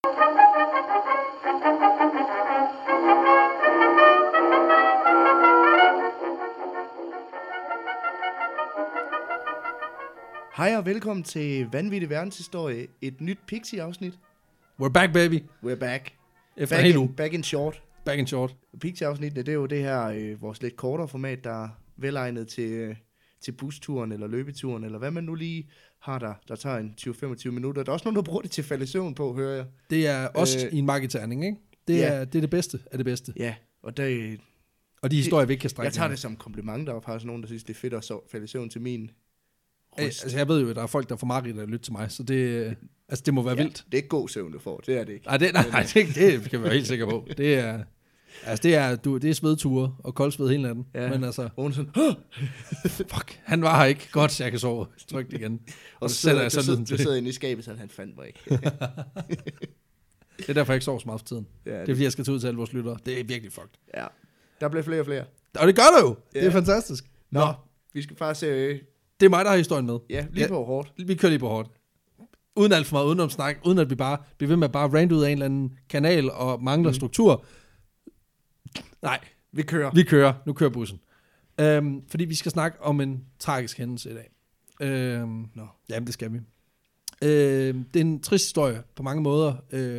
Hej og velkommen til Vanvittig Verdenshistorie, et nyt Pixie-afsnit. We're back, baby. We're back. Efter en hel uge. Back in short. Back in short. Pixie-afsnittet, det er jo det her, vores lidt kortere format, der er velegnet til busturen eller løbeturen, eller hvad man nu lige har der tager en 20-25 minutter. Der er også nogen, der bruger det til at falde i søvn på, hører jeg. Det er også i en marketerning, ikke? Det er det bedste af det bedste. Ja, og de historier, vi ikke kan strække. Jeg tager det som kompliment, der er faktisk nogen, der synes, det er fedt at falde i søvn til min røst. Altså, jeg ved jo, at der er folk, der får mareridt at lytte til mig, så det må være vildt. Det er ikke god søvn, du får. Det er det ikke. Nej, det kan vi være helt sikker på. Det er svedture og koldsved hele natten. Ja. Men altså, og sådan, fuck, han var her ikke. Godt, så jeg kan sove trygt igen. Og så sidder inde i skabet, så han fandt mig ikke. Det er derfor, jeg ikke sover så meget for tiden. Ja, det er fordi, jeg skal tage ud til alle vores lyttere. Det er virkelig fucked. Ja, der bliver flere og flere. Og det gør der jo. Ja. Det er fantastisk. Nå, vi skal bare se... Det er mig, der har historien med. Ja, lige på hårdt. Vi kører lige på hårdt. Uden alt for meget udenom snak, uden at vi bare bliver ved med at bare rant ud af en eller anden kanal og mangler struktur. Nej. Vi kører. Nu kører bussen. Fordi vi skal snakke om en tragisk hændelse i dag. Jamen, det skal vi. Det er en trist historie på mange måder.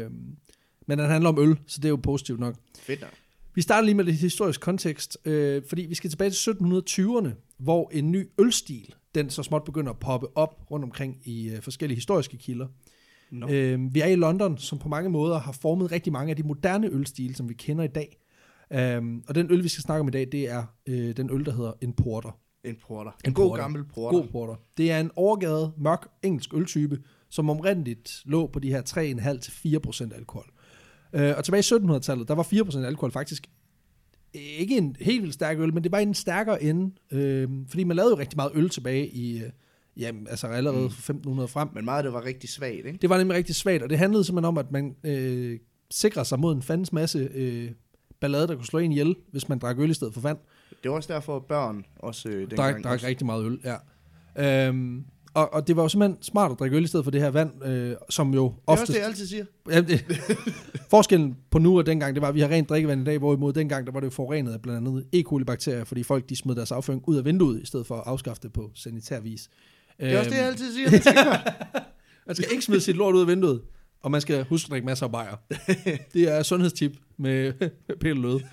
Men den handler om øl, så det er jo positivt nok. Fedt nok. Vi starter lige med det historiske kontekst, fordi vi skal tilbage til 1720'erne, hvor en ny ølstil, den så småt begynder at poppe op rundt omkring i forskellige historiske kilder. No. Vi er i London, som på mange måder har formet rigtig mange af de moderne ølstile, som vi kender i dag. Og den øl, vi skal snakke om i dag, det er den øl, der hedder en porter. En god gammel porter. God porter. Det er en overgadet, mørk engelsk øltype, som omrindeligt lå på de her 3,5-4% alkohol. Og tilbage i 1700-tallet, der var 4% alkohol faktisk ikke en helt vildt stærk øl, men det var en stærkere ende, fordi man lavede jo rigtig meget øl tilbage i, altså allerede fra 1500 frem. Men meget det var rigtig svagt, ikke? Det var nemlig rigtig svagt, og det handlede simpelthen om, at man sikrede sig mod en fandens masse ballade, der kunne slå en ihjel, hvis man drak øl i stedet for vand. Det var også derfor, at børn også drak rigtig meget øl, ja. Og det var jo simpelthen smart at drikke øl i stedet for det her vand, som jo oftest... Det er også det, jeg altid siger. Forskellen på nu og dengang, det var, at vi har rent drikkevand i dag, hvorimod dengang, der var det jo forurenet af blandt andet E. coli-bakterier, fordi folk de smed deres afføring ud af vinduet, i stedet for at afskaffe det på sanitær vis. Det er også det, jeg altid siger. Man skal ikke smide sit lort ud af vinduet, og man skal huske at drikke masser af bajer. Det er sundhedstip med Peter Løde.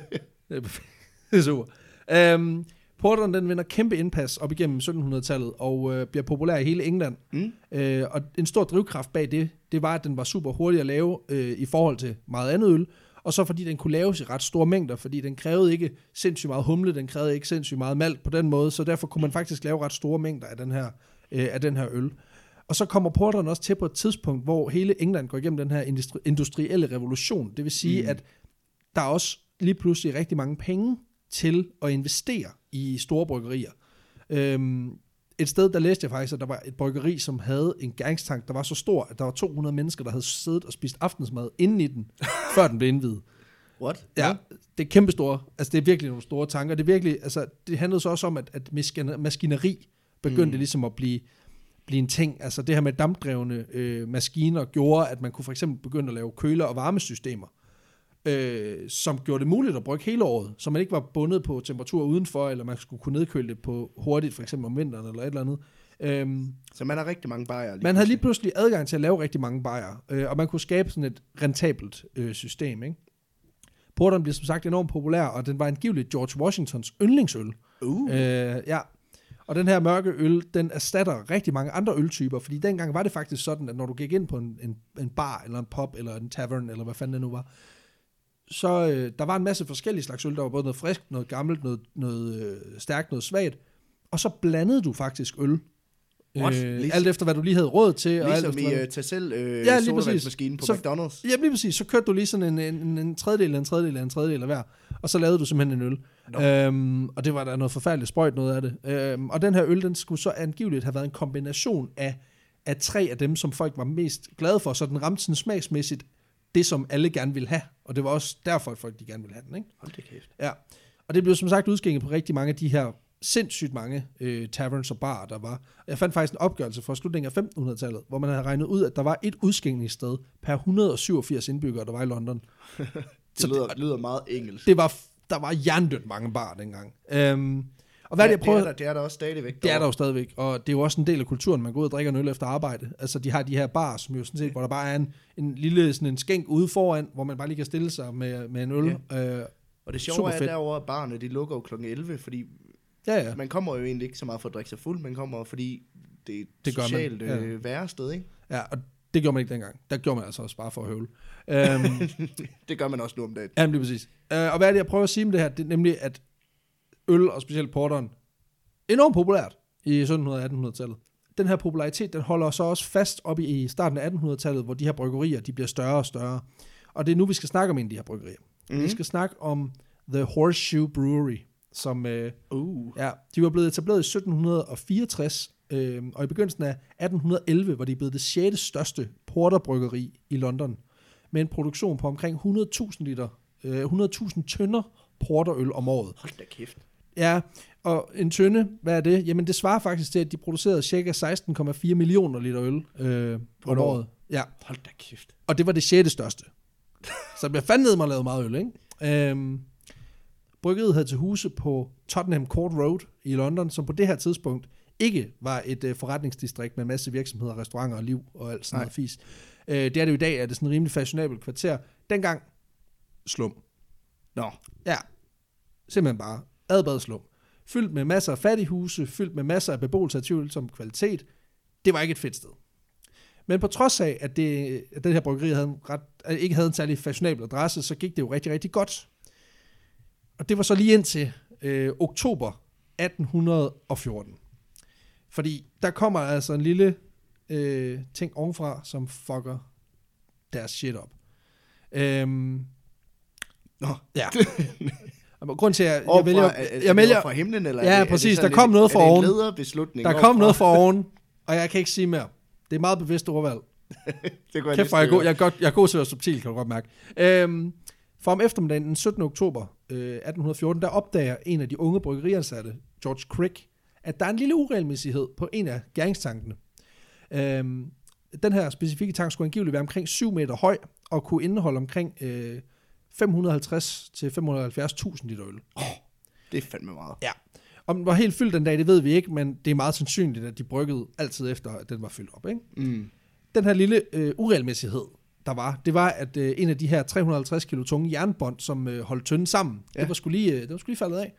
Det er super. Porteren, den vinder kæmpe indpas op igennem 1700-tallet og bliver populær i hele England. Og en stor drivkraft bag det var, at den var super hurtig at lave i forhold til meget andet øl. Og så fordi den kunne laves i ret store mængder, fordi den krævede ikke sindssygt meget humle, den krævede ikke sindssygt meget malt på den måde, så derfor kunne man faktisk lave ret store mængder af den her øl. Og så kommer porteren også til på et tidspunkt, hvor hele England går igennem den her industrielle revolution. Det vil sige, at der er også lige pludselig rigtig mange penge til at investere i store bryggerier. Et sted, der læste jeg faktisk, at der var et bryggeri, som havde en gæringstank, der var så stor, at der var 200 mennesker, der havde siddet og spist aftensmad inden i den, før den blev indviet. What? Ja, det er kæmpestore. Altså, det er virkelig nogle store tanker. Det er virkelig, altså, det handlede så også om, at maskineri begyndte ligesom at blive en ting. Altså, det her med dampdrevne maskiner gjorde, at man kunne for eksempel begynde at lave køler- og varmesystemer, som gjorde det muligt at brygge hele året, så man ikke var bundet på temperatur udenfor, eller man skulle kunne nedkøle det på hurtigt, for eksempel om vinteren eller et eller andet. Så man har rigtig mange bajer. Man havde lige pludselig adgang til at lave rigtig mange bajer, og man kunne skabe sådan et rentabelt system, ikke? Porteren blev som sagt enormt populær, og den var angiveligt George Washingtons yndlingsøl. Ja. Og den her mørke øl, den erstatter rigtig mange andre øltyper, fordi dengang var det faktisk sådan, at når du gik ind på en bar, eller en pub, eller en tavern, eller hvad fanden det nu var, så der var en masse forskellige slags øl. Der var både noget frisk, noget gammelt, noget stærkt, noget svagt. Og så blandede du faktisk øl. Alt efter, hvad du lige havde råd til. Ligesom i Tessel sodavandsmaskinen på McDonald's. Ja, lige præcis. Så kørte du lige sådan en tredjedel af hver. Og så lavede du simpelthen en øl. Og det var der noget forfærdeligt sprøjt noget af det. Og den her øl, den skulle så angiveligt have været en kombination af 3 af dem, som folk var mest glade for. Så den ramte sådan smagsmæssigt det, som alle gerne ville have. Og det var også derfor, at folk de gerne ville have den, ikke? Hold det kæft. Ja. Og det blev som sagt udskænket på rigtig mange af de her sindssygt mange taverns og barer, der var. Jeg fandt faktisk en opgørelse fra slutningen af 1500-tallet, hvor man havde regnet ud, at der var et udskænkningssted per 187 indbyggere, der var i London. Det lyder meget engelsk. Der var jerndødt mange barer dengang. Og hvad det er der også stadigvæk. Det er der jo stadigvæk, og det er jo også en del af kulturen, man går ud og drikker en øl efter arbejde. Altså, de har de her barer, som jo sådan set, hvor der bare er en lille sådan en skænk ude foran, hvor man bare lige kan stille sig med en øl. Ja. Og det sjove er derovre, at barerne, de lukker jo kl. 11, fordi man kommer jo egentlig ikke så meget for at drikke sig fuld, man kommer fordi det er et socialt værested, ikke? Ja, og det gjorde man ikke dengang. Der gjorde man altså også bare for at høvle. Det gør man også nu om dagen. Ja, det er præcis. Og hvad er det, jeg prøver at sige med det her? Det er nemlig, at øl, og specielt porteren, enormt populært i 1700- og 1800-tallet. Den her popularitet, den holder så også fast op i starten af 1800-tallet, hvor de her bryggerier, de bliver større og større. Og det er nu, vi skal snakke om en af de her bryggerier. Vi skal snakke om The Horseshoe Brewery, som de var blevet etableret i 1764, og i begyndelsen af 1811 var de blevet det 6. største porterbryggeri i London, med en produktion på omkring 100.000 liter, 100.000 tønder porterøl om året. Hold da kæft. Ja, og en tønde, hvad er det? Jamen det svarer faktisk til, at de producerede cirka 16,4 millioner liter øl om året. Ja. Hold da kæft. Og det var det 6. største. Så jeg fandt ned mig at lave meget øl, ikke? Bryggeriet havde til huse på Tottenham Court Road i London, som på det her tidspunkt ikke var et forretningsdistrikt med en masse virksomheder, restauranter og liv og alt sådan noget fis. Det er det jo i dag, at det er sådan en rimelig fashionabelt kvarter. Dengang slum. Nå. Ja, simpelthen bare adbadslum. Fyldt med masser af fattighuse, fyldt med masser af beboelse af tvivlsom kvalitet. Det var ikke et fedt sted. Men på trods af, at den her bryggeri ikke havde en særlig fashionabel adresse, så gik det jo rigtig, rigtig godt. Og det var så lige indtil oktober 1814. Fordi der kommer altså en lille ting ovenfra, som fucker deres shit op. Ja. Grunden til, at jeg vælger fra himlen, eller ja, præcis, der kom noget fra oven. Der kom noget fra oven, og jeg kan ikke sige mere. Det er meget bevidst ordvalg. Det går jeg er god til at være subtil, kan du godt mærke. For om eftermiddagen den 17. oktober 1814, der opdager en af de unge bryggeriansatte, George Crick, at der er en lille uregelmæssighed på en af gæringstankene. Den her specifikke tank skulle angiveligt være omkring 7 meter høj, og kunne indeholde omkring 550-570.000 liter øl. Det er fandme meget. Ja. Om den var helt fyldt den dag, det ved vi ikke, men det er meget sandsynligt, at de bryggede altid efter, at den var fyldt op. Ikke? Den her lille uregelmæssighed, der var, det var, at en af de her 350 kilo tunge jernbånd, som holdt tønden sammen, det var sgu lige faldet af.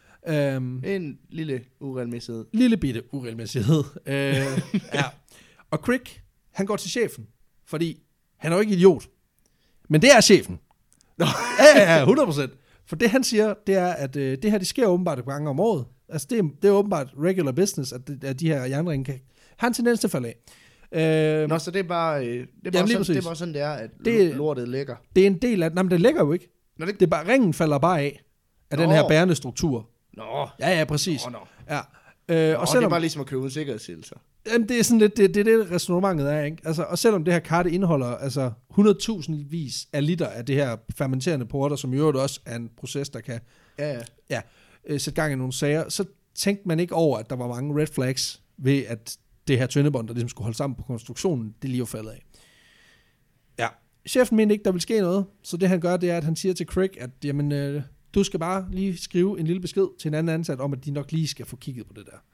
En lille uregelmæssighed. Lille bitte uregelmæssighed. Ja. Og Crick, han går til chefen, fordi han er jo ikke idiot. Men det er chefen. Ja, 100%. For det han siger, det er, at det her, det sker åbenbart et gange om året. Altså det er åbenbart regular business, at de her jernringe kan have en tendens til at falde af. Så det er bare, det var sådan, det er, at lortet ligger. Det er en del af, det ligger jo ikke. Det er bare, ringen falder bare af den her bærende struktur. Nå. Ja, præcis. Ja. Og selvom, det er bare ligesom at købe en sikkerhedssel, så. Jamen, det er sådan lidt, det resonemanget er, ikke? Altså, og selvom det her kar, det indeholder altså 100.000 vis af liter af det her fermenterende porter, som i øvrigt også er en proces, der kan sætte gang i nogle sager, så tænkte man ikke over, at der var mange red flags ved, at det her tøndebånd, der ligesom skulle holde sammen på konstruktionen, det lige var faldet af. Ja, chefen mente ikke, der ville ske noget, så det han gør, det er, at han siger til Crick, at jamen, du skal bare lige skrive en lille besked til en anden ansat om, at de nok lige skal få kigget på det der.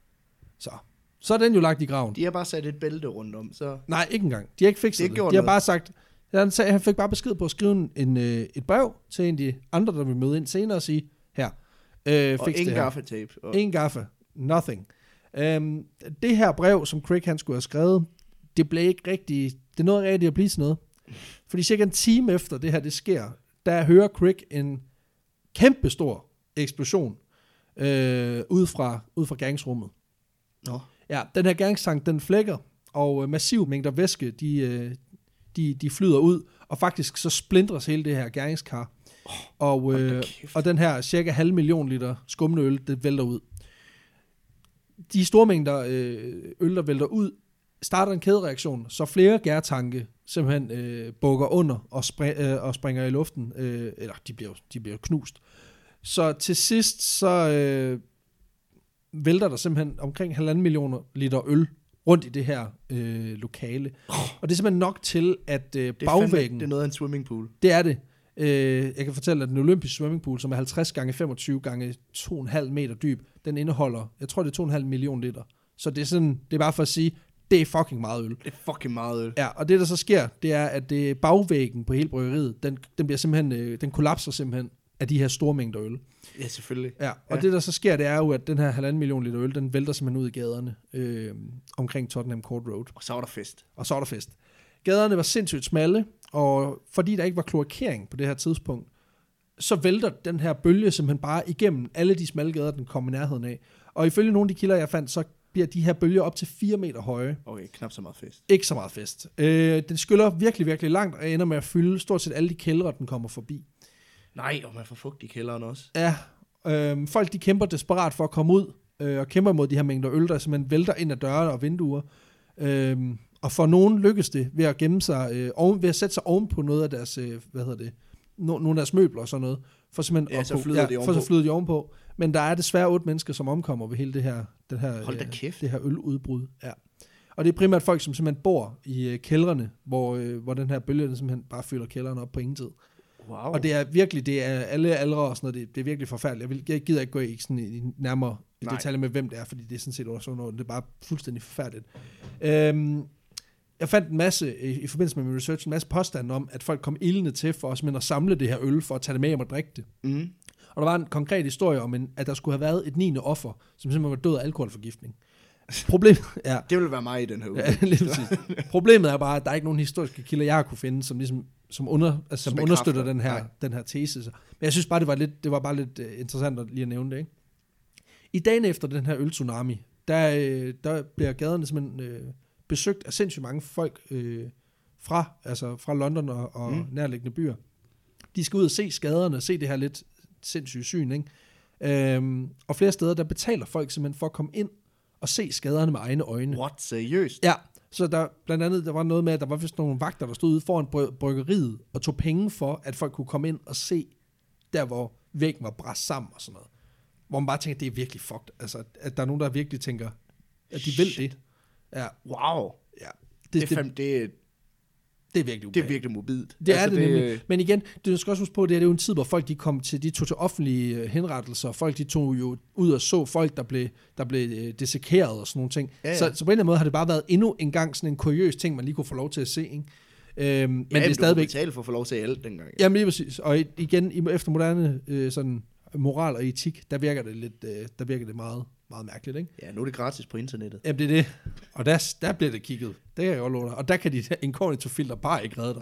Så er den jo lagt i graven. De har bare sat et bælte rundt om, så. Nej, ikke engang. De har ikke fikset det. De har bare sagt, han fik bare besked på at skrive et brev til en af de andre, der vil møde ind senere og sige, her, og ingen gaffatape. Ingen gaffe. Nothing. Det her brev, som Crick han skulle have skrevet, det blev ikke rigtig, det nåede rigtigt at blive sådan noget. Fordi cirka en time efter det her, det sker, der hører Crick en kæmpestor eksplosion ud fra gæringsrummet. Nå. Ja, den her gæringstank, den flækker, og massiv mængder væske, de flyder ud, og faktisk så splindres hele det her gæringskar. Og den her cirka 500.000 liter skumne øl, det vælter ud. De store mængder øl, der vælter ud, starter en kædereaktion, så flere gærtanke simpelthen bukker under og springer i luften, eller de bliver knust. Så til sidst, så vælter der simpelthen omkring 1,5 millioner liter øl rundt i det her lokale. Og det er simpelthen nok til, at bagvæggen... Det er noget af en swimmingpool. Det er det. Jeg kan fortælle, at den olympiske swimmingpool, som er 50 gange 25 gange 2,5 meter dyb, den indeholder, jeg tror det er 2,5 millioner liter. Så det er sådan, det er bare for at sige, det er fucking meget øl. Det er fucking meget øl. Ja, og det der så sker, det er, at bagvæggen på hele bryggeriet, den bliver simpelthen, den kollapser simpelthen af de her store mængder øl. Ja, selvfølgelig. Ja, og det der så sker, det er jo, at den her 1,5 million liter øl, den vælter simpelthen ud i gaderne omkring Tottenham Court Road. Og så var der fest. Gaderne var sindssygt smalle, og fordi der ikke var kloakering på det her tidspunkt, så vælter den her bølge simpelthen bare igennem alle de smalle gader, den kom i nærheden af. Og ifølge nogle af de kilder, jeg fandt, så bliver de her bølger op til 4 meter høje. Okay, knap så meget fest. Ikke så meget fest. Den skyller virkelig, virkelig langt, og ender med at fylde stort set alle de kældre, den kommer forbi. Nej, og man får fugt i kælderen også. Ja, folk de kæmper desperat for at komme ud, og kæmper mod de her mængder øl, der simpelthen vælter ind ad døre og vinduer. Og for nogen lykkes det ved at gemme sig, ved at sætte sig oven på noget af deres, nogle af deres møbler og sådan noget. For simpelthen så flyder de ovenpå. Men der er desværre 8 mennesker, som omkommer ved hele det her øludbrud. Ja. Og det er primært folk, som simpelthen bor i kældrene, hvor den her bølge simpelthen bare fylder kælderen op på ingen tid. Wow. Og det er virkelig, det er alle aldre og sådan noget, det er virkelig forfærdeligt. Jeg gider ikke gå i sådan i nærmere detaljer med, hvem det er, fordi det er sådan set også sådan noget, det er bare fuldstændig forfærdeligt. Jeg fandt en masse, i forbindelse med min research, en masse påstande om, at folk kom ildende til for os, men at samle det her øl, for at tage det med hjem og drikke det. Mm. Og der var en konkret historie om, at der skulle have været et 9. offer, som simpelthen var død af alkoholforgiftning. Problemet er... Det vil være mig i den her uge. Ja, lige præcis. Problemet er bare, at der er ikke nogen historiske kilder, jeg har kunne finde, som understøtter den her tese. Men jeg synes bare, det var bare lidt interessant at lige at nævne det, ikke? I dagen efter den her øl-tsunami, der bliver gaderne simpelthen besøgt af sindssygt mange folk fra London og nærliggende byer. De skal ud og se skaderne, se det her lidt sindssygt syn, ikke? Og flere steder, der betaler folk simpelthen for at komme ind og se skaderne med egne øjne. What? Seriøst? Ja, så der blandt andet, der var noget med, at der var vist nogle vagter, der stod ude foran bryggeriet og tog penge for, at folk kunne komme ind og se der, hvor væggen var bræst sammen og sådan noget. Hvor man bare tænker, at det er virkelig fucked. Altså, at der er nogen, der virkelig tænker, at de vil det. Ja. Wow. Ja. Det er virkelig ubehageligt. Det er virkelig mobilt. Det er det nemlig. Men igen, du skal også huske på, at det er jo en tid, hvor folk de tog til offentlige henrettelser. Folk de tog jo ud og så folk, der blev dissekeret og sådan nogle ting. Ja, ja. Så på en eller anden måde har det bare været endnu en gang sådan en kuriøs ting, man lige kunne få lov til at se, ikke? Men det er stadigvæk... betale for at få lov til alt dengang. Jamen lige præcis. Og igen, efter moderne sådan moral og etik, der virker det meget, meget mærkeligt, ikke? Ja, nu er det gratis på internettet. Jamen det er det. Og der bliver det kigget. Det kan jeg godt love dig. Og der kan de incognito-filter bare ikke redde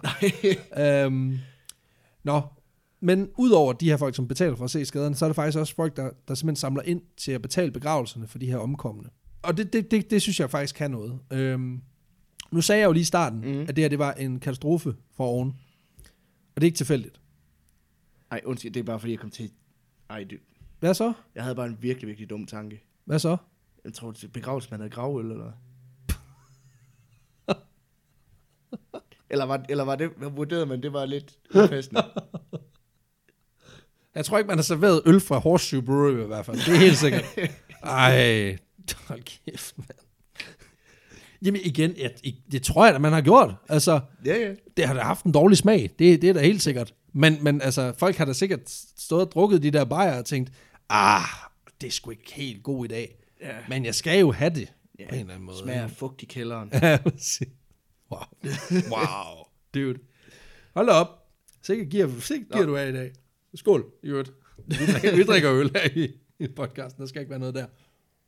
dig. Men udover de her folk, som betaler for at se skaderne, så er der faktisk også folk, der simpelthen samler ind til at betale begravelserne for de her omkomne. Og det synes jeg faktisk kan noget. Nu sagde jeg jo lige i starten, at det her det var en katastrofe for oven. Og det er ikke tilfældigt. Ej, undskyld, det er bare fordi, jeg kom til... Hvad så? Jeg havde bare en virkelig, virkelig dum tanke. Hvad så? Jeg tror, det begravelse, man havde gravøl, eller eller var det, vurderede man, det var lidt upassende? Jeg tror ikke, man har serveret øl fra Horseshoe Brewery i hvert fald. Det er helt sikkert. Ej, hold kæft, mand. Jamen igen, det tror jeg da, man har gjort. Altså, ja. Det har da haft en dårlig smag. Det er da helt sikkert. Men altså, folk har da sikkert stået og drukket de der bajer og tænkt, det er sgu ikke helt god i dag. Ja. Men jeg skal jo have det på en eller anden måde. Smager fugt i kælderen. Wow. Dude. Hold da op. Sikkert giver du af i dag. Skål, i øvrigt. Vi drikker øl her i podcasten. Der skal ikke være noget der.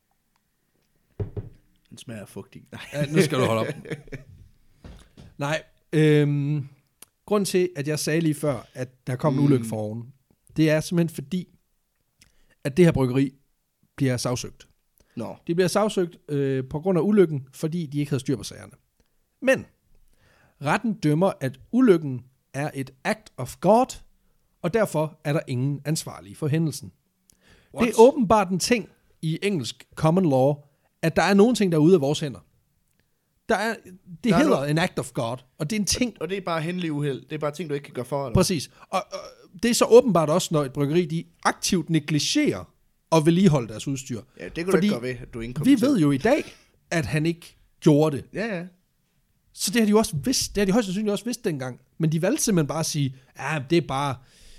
Den smager fugtig. Ja, nu skal du holde op. Nej. Grunden til, at jeg sagde lige før, at der kom en ulykke for oven, det er simpelthen fordi, at det her bryggeri bliver sagsøgt. No. De bliver sagsøgt på grund af ulykken, fordi de ikke havde styr på sagerne. Men retten dømmer, at ulykken er et act of God, og derfor er der ingen ansvarlige for hændelsen. What? Det er åbenbart en ting i engelsk common law, at der er nogle ting, der er ude af vores hænder. Det hedder en act of God, og det er en ting... Og det er bare hændelig uheld. Det er bare ting, du ikke kan gøre for. Eller? Præcis. Og det er så åbenbart også, når et bryggeri, de aktivt negligerer at vedligeholde deres udstyr. Ja, det kunne du ikke gøre ved, at du ikke vi ved jo i dag, at han ikke gjorde det. Ja. Så det har de jo også vidst. Det har de højst sandsynligt også vidst dengang. Men de valgte simpelthen bare at sige, ja, det er bare...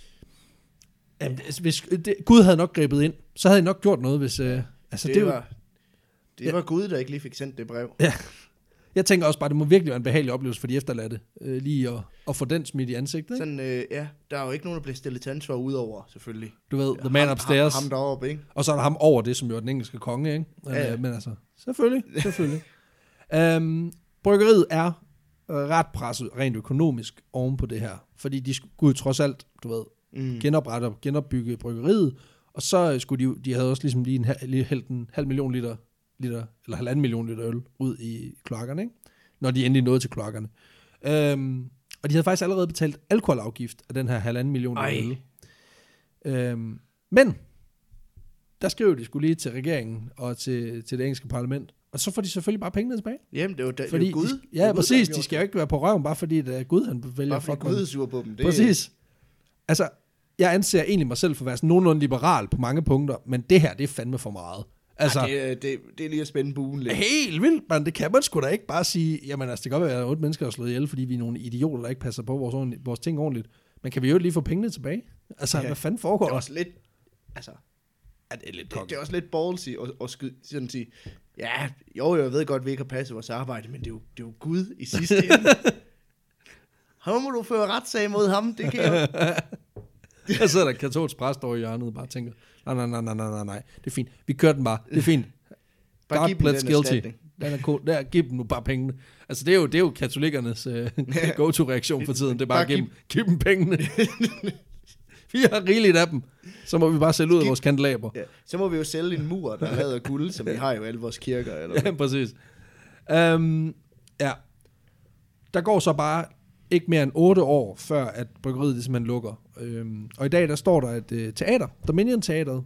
Hvis Gud havde nok grebet ind, så havde de nok gjort noget, hvis... Det var Gud, der ikke lige fik sendt det brev. Ja. Jeg tænker også bare, det må virkelig være en behagelig oplevelse for de efterladte, lige at få den smidt i ansigtet. Sådan, der er jo ikke nogen, der bliver stillet til ansvar udover, selvfølgelig. Du ved, the man upstairs. Ham deroppe, ikke? Og så er der ham over det, som jo er den engelske konge, ikke? Ja. Men altså, selvfølgelig. Bryggeriet er ret presset rent økonomisk oven på det her, fordi de skulle trods alt, du ved, genoprette og genopbygge bryggeriet, og så skulle de havde også ligesom lige hældt en halv million liter, eller 1,5 million liter øl ud i kloakkerne, ikke? Når de endelig nåede til kloakkerne. Og de havde faktisk allerede betalt alkoholafgift af den her 1,5 million liter øl. Men der skrev de skulle lige til regeringen og til det engelske parlament, og så får de selvfølgelig bare pengene tilbage. Jamen, det er jo Gud. Ja, præcis. De skal jo ikke være på røven, bare fordi det er Gud, han vælger bare fordi Gud er sur på dem. Præcis. Altså, jeg anser egentlig mig selv for at være sådan nogenlunde liberal på mange punkter, men det her, det er fandme for meget. Altså, det er lige at spænde buen lidt. Helt vildt, man. Det kan man sgu da ikke bare sige, jamen altså, det kan godt være, at 8 mennesker er slået ihjel, fordi vi er nogle idioter, der ikke passer på vores ting ordentligt. Men kan vi jo lige få pengene tilbage? Altså, hvad fanden foregår der? Det er også lidt, altså, det er også lidt ballsy at sådan sige, ja, jeg ved godt, vi ikke har passet vores arbejde, men det er jo Gud i sidste ende. Ham må du føre retssag mod ham, det kan jeg. Jeg sidder der katolsk præst over i hjørnet og bare tænker, nej, det er fint. Vi kører den bare, det er fint. Bare God bless guilty. Den er cool. Der, giv dem nu bare pengene. Altså, det er jo katolikernes go-to-reaktion for tiden. Det er bare giv dem pengene. Vi har rigeligt af dem. Så må vi bare sælge ud af vores kandelaber. Ja. Så må vi jo sælge en mur, der er lavet af guld, som vi har jo alle vores kirker. Eller ja, præcis. Ja. Der går så bare ikke mere end 8 år, før at bryggeriet det simpelthen lukker. Og i dag, der står der et teater, Dominion Teateret.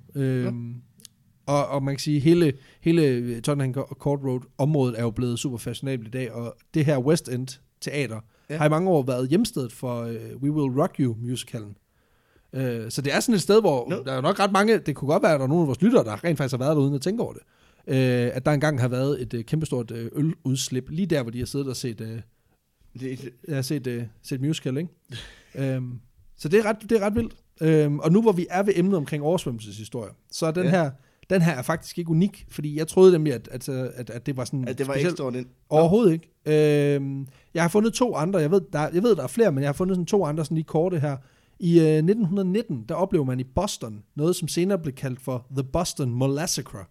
Og man kan sige, hele Tottenham Court Road området er jo blevet super fashionabelt i dag, og det her West End Teater har i mange år været hjemstedet for We Will Rock You musicalen. Så det er sådan et sted, hvor der er nok ret mange, det kunne godt være, at der er nogle af vores lyttere, der rent faktisk har været der uden at tænke over det, at der engang har været et kæmpestort øludslip, lige der, hvor de har siddet og set musical, ikke? Så det er ret vildt. Og nu hvor vi er ved emnet omkring oversvømmelseshistorie, så er den her er faktisk ikke unik, fordi jeg troede nemlig, at det var sådan... At det var ekstra overhovedet ikke. Jeg har fundet 2 andre, jeg ved, der er flere, men jeg har fundet sådan 2 andre sådan lige korte her. I 1919, der oplever man i Boston noget, som senere blev kaldt for The Boston Molassacre,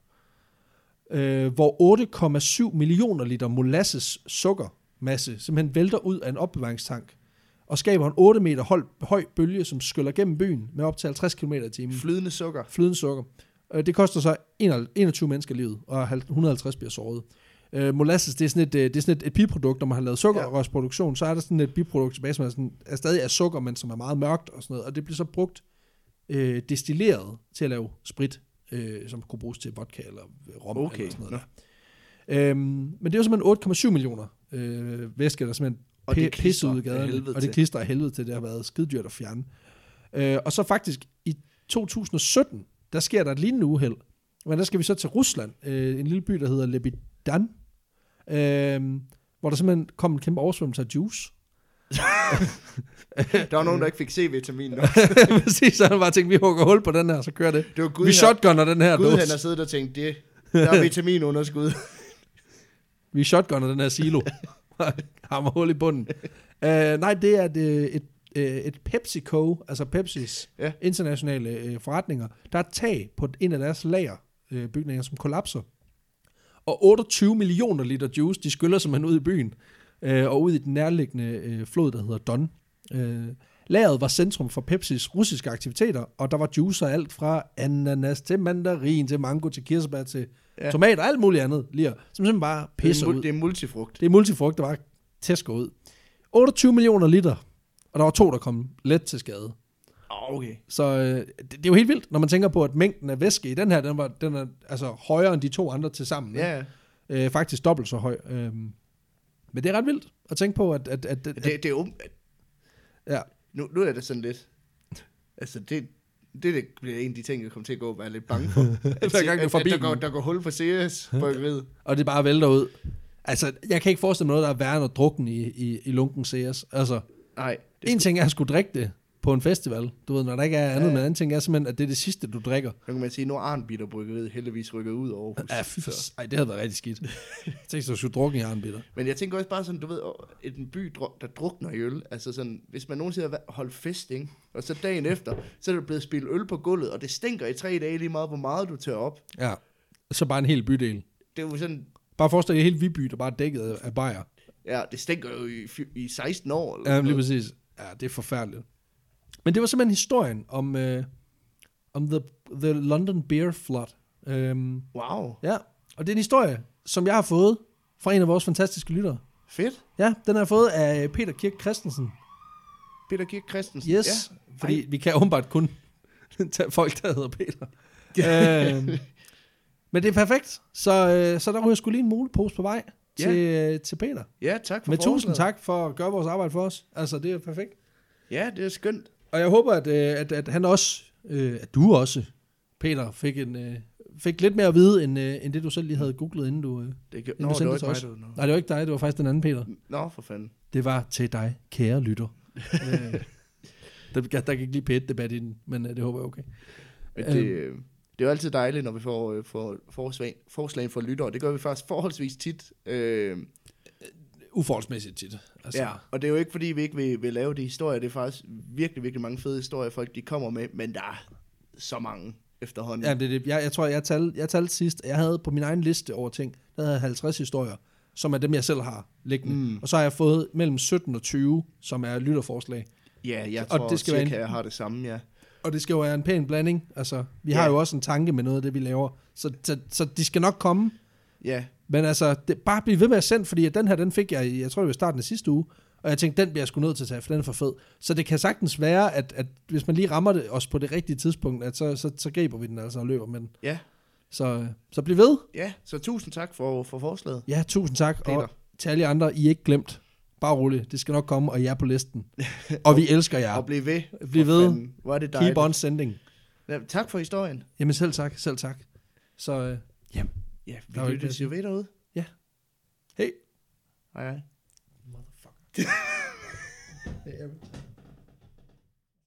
hvor 8,7 millioner liter molasses sukkermasse simpelthen vælter ud af en opbevaringstank, og skaber en 8 meter høj bølge, som skyller gennem byen med op til 50 km i timen. Flydende sukker. Det koster så 21 mennesker livet, og 150 bliver såret. Molasses, det er sådan et biprodukt, når man har lavet sukkerrørsproduktion, så er der sådan et biprodukt tilbage, som er stadig af sukker, men som er meget mørkt og sådan noget, og det bliver så brugt destilleret til at lave sprit, som kunne bruges til vodka eller rom eller sådan noget der. Men det er jo simpelthen 8,7 millioner væske, der simpelthen pisser ud i gaderne, og det klister af helvede til, det har været skidedyrt at fjerne. Og så faktisk i 2017, der sker der et lignende uheld, men der skal vi så til Rusland, en lille by, der hedder Lebidan, hvor der simpelthen kom en kæmpe oversvømmelse af juice. Der var nogen, der ikke fik C-vitamin. Præcis, så han bare tænkte, vi hugger hul på den her, så kører det. Vi shotgunner den her Gud, han har siddet og tænkt, der er vitaminunderskud. Vi shotgunner den her silo. Hammer hul i bunden. Nej, det er et PepsiCo, altså Pepsis internationale forretninger, der er et tag på en af deres lagerbygninger, som kollapser. Og 28 millioner liter juice, de skyller simpelthen ud i byen, og ud i den nærliggende flod, der hedder Don. Lageret var centrum for Pepsis russiske aktiviteter, og der var juicer alt fra ananas til mandarin, til mango, til kirsebær, til tomater, alt muligt andet, som simpelthen bare pisser ud. Det er multifrugt. Det er multifrugt, der bare tæsker ud. 28 millioner liter, og der var 2, der kom let til skade. Okay. Så det er jo helt vildt, når man tænker på, at mængden af væske i den her, den er altså højere end de 2 andre til sammen. Ja. Faktisk dobbelt så høj. Men det er ret vildt at tænke på, at det er jo... Ja. Nu er det sådan lidt... Altså, Det bliver en af de ting, jeg kommer til at gå og være lidt bange for. Hver gang du er forbi der går hul på Ceres bryggeriet. Og det bare vælter ud. Altså, jeg kan ikke forestille mig noget, der er værre end at drukne i lunken CS. Altså, Nej. en ting er at skulle drikke det på en festival. Du ved, når der ikke er andet, men anden ting er simpelthen, at det er det sidste, du drikker. Så kan man sige, nu er Arnbitter bryggeriet heldigvis rykket ud over Aarhus. Ej, det havde været rigtig skidt. Jeg tænkte, du skulle drukke i Arnbitter. Men jeg tænker også bare sådan, du ved, en by, der drukner i øl. Altså sådan, hvis man nogensinde har holdt fest, ikke? Og så dagen efter, så er der blevet spillet øl på gulvet, og det stinker i 3 dage lige meget, hvor meget du tør op. Ja, så bare en hel bydel. Det er jo sådan... Bare forestil dig helt Viby, der bare er dækket af bajer. Ja, det stinker jo i 16 år. Eller Ja, lige præcis. Ja, det er forfærdeligt. Men det var simpelthen historien om the London Beer Flood. Wow. Ja, og det er en historie, som jeg har fået fra en af vores fantastiske lyttere. Fedt. Ja, den har jeg fået af Peter Kirk Christensen. Peter Kirk Christensen. Yes, Ja. fordi vi kan åbenbart kun tage folk, der hedder Peter. Men det er perfekt. Så der ryger sgu lige en mulepose på vej til Peter. Ja, tak for Men forslaget. tusind tak for at gøre vores arbejde for os. Altså, det er perfekt. Ja, det er skønt. Og jeg håber, at han også, at du også, Peter, fik lidt mere at vide, end det du selv lige havde googlet, inden du Det var ikke mig, Nej, det var ikke dig, det var faktisk den anden Peter. Nå, for fanden. Det var til dig, kære lytter. Der gik lige pæt debat i den, men det håber jeg okay. Men det er jo altid dejligt, når vi får forslag fra lyttere. Det gør vi faktisk forholdsvis tit. Uforholdsmæssigt tit. Altså. Ja, og det er jo ikke, fordi vi ikke vil lave de historier. Det er faktisk virkelig, virkelig mange fede historier, folk de kommer med. Men der er så mange efterhånden. Ja, det. Jeg tror, jeg talte sidst. Jeg havde på min egen liste over ting, der havde 50 historier, som er dem, jeg selv har liggende. Og så har jeg fået mellem 17 og 20, som er lytterforslag. Ja, jeg tror det skal cirka, jeg har det samme, ja. Og det skal jo være en pæn blanding. Altså, vi har jo også en tanke med noget af det, vi laver. Så de skal nok komme. Ja. Men altså, bare blive ved med at sende, fordi den her, den fik jeg tror det var i starten af sidste uge, og jeg tænkte, den bliver jeg sgu nødt til at tage, for den er for fed. Så det kan sagtens være, at hvis man lige rammer det også på det rigtige tidspunkt, at så griber vi den altså og løber med den. Ja. Så bliv ved. Ja, så tusind tak for forslaget. Ja, tusind tak. Peter. Og til alle andre, I er ikke glemt. Bare roligt, det skal nok komme, og I er på listen. Og vi elsker jer. Og bliv ved. Bliv ved. Fanden. Hvor er det dejligt. Keep on sending. Ja, tak for historien. Jamen selv tak. Så Ja, vi lyttes jo ved derude. Ja. Hej. Hej hej. Motherfucker.